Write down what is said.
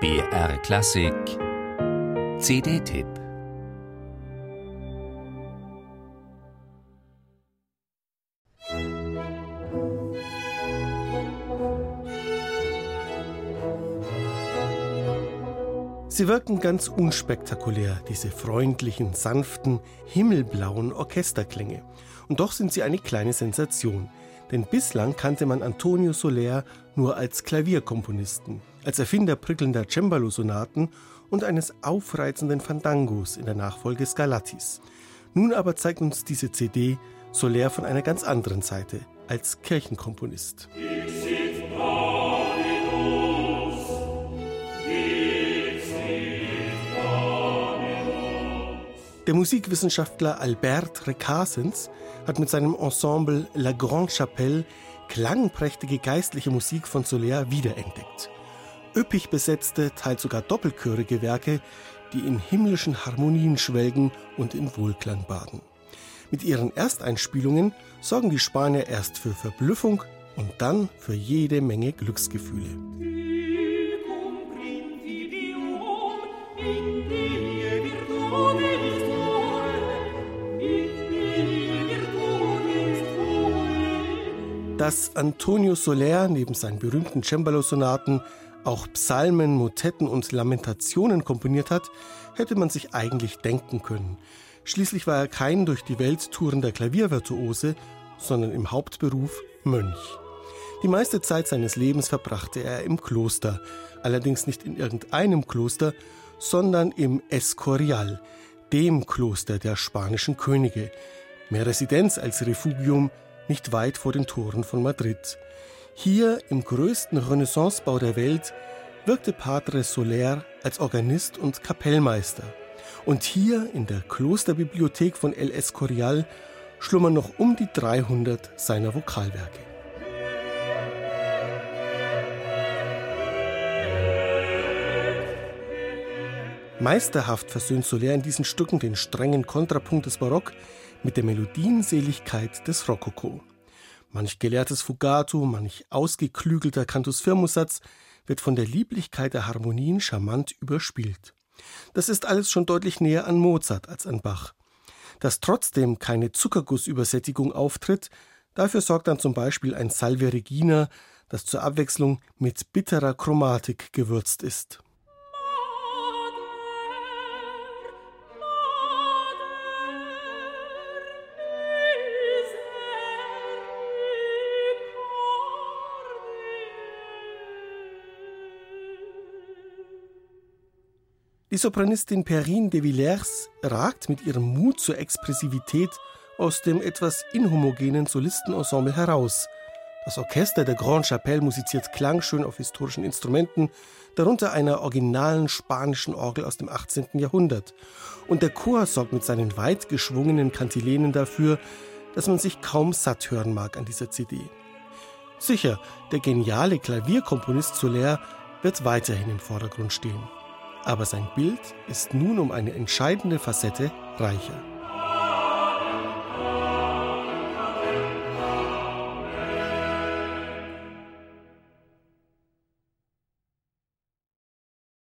BR Klassik CD-Tipp. Sie wirken ganz unspektakulär, diese freundlichen, sanften, himmelblauen Orchesterklänge. Und doch sind sie eine kleine Sensation. Denn bislang kannte man Antonio Soler nur als Klavierkomponisten, als Erfinder prickelnder Cembalo-Sonaten und eines aufreizenden Fandangos in der Nachfolge Scarlattis. Nun aber zeigt uns diese CD Soler von einer ganz anderen Seite, als Kirchenkomponist. Der Musikwissenschaftler Albert Recasens hat mit seinem Ensemble La Grande Chapelle klangprächtige geistliche Musik von Soler wiederentdeckt. Üppig besetzte, teils sogar doppelchörige Werke, die in himmlischen Harmonien schwelgen und in Wohlklang baden. Mit ihren Ersteinspielungen sorgen die Spanier erst für Verblüffung und dann für jede Menge Glücksgefühle. Dass Antonio Soler neben seinen berühmten Cembalo-Sonaten auch Psalmen, Motetten und Lamentationen komponiert hat, hätte man sich eigentlich denken können. Schließlich war er kein durch die Welt tourender Klaviervirtuose, sondern im Hauptberuf Mönch. Die meiste Zeit seines Lebens verbrachte er im Kloster, allerdings nicht in irgendeinem Kloster, sondern im Escorial, dem Kloster der spanischen Könige. Mehr Residenz als Refugium, nicht weit vor den Toren von Madrid. Hier, im größten Renaissancebau der Welt, wirkte Padre Soler als Organist und Kapellmeister. Und hier, in der Klosterbibliothek von El Escorial, schlummern noch um die 300 seiner Vokalwerke. Meisterhaft versöhnt Soler in diesen Stücken den strengen Kontrapunkt des Barock mit der Melodienseligkeit des Rokoko. Manch gelehrtes Fugato, manch ausgeklügelter Cantus Firmus-Satz wird von der Lieblichkeit der Harmonien charmant überspielt. Das ist alles schon deutlich näher an Mozart als an Bach. Dass trotzdem keine Zuckergussübersättigung auftritt, dafür sorgt dann zum Beispiel ein Salve Regina, das zur Abwechslung mit bitterer Chromatik gewürzt ist. Die Sopranistin Perrine de Villers ragt mit ihrem Mut zur Expressivität aus dem etwas inhomogenen Solistenensemble heraus. Das Orchester der Grande Chapelle musiziert klangschön auf historischen Instrumenten, darunter einer originalen spanischen Orgel aus dem 18. Jahrhundert. Und der Chor sorgt mit seinen weit geschwungenen Kantilenen dafür, dass man sich kaum satt hören mag an dieser CD. Sicher, der geniale Klavierkomponist Soler wird weiterhin im Vordergrund stehen. Aber sein Bild ist nun um eine entscheidende Facette reicher.